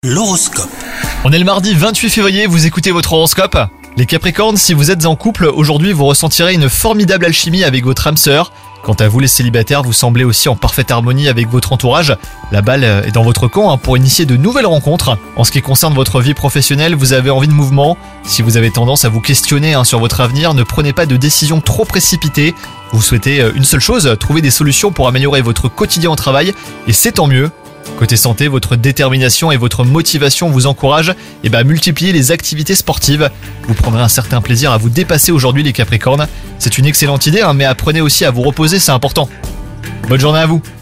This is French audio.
L'horoscope. On est le mardi 28 février, vous écoutez votre horoscope. Les Capricornes, si vous êtes en couple, aujourd'hui vous ressentirez une formidable alchimie avec votre âme sœur. Quant à vous les célibataires, vous semblez aussi en parfaite harmonie avec votre entourage. La balle est dans votre camp pour initier de nouvelles rencontres. En ce qui concerne votre vie professionnelle, vous avez envie de mouvement. Si vous avez tendance à vous questionner sur votre avenir, ne prenez pas de décisions trop précipitées. Vous souhaitez une seule chose, trouver des solutions pour améliorer votre quotidien au travail, et c'est tant mieux. Côté santé, votre détermination et votre motivation vous encouragent à multiplier les activités sportives. Vous prendrez un certain plaisir à vous dépasser aujourd'hui les Capricornes. C'est une excellente idée, mais apprenez aussi à vous reposer, c'est important. Bonne journée à vous.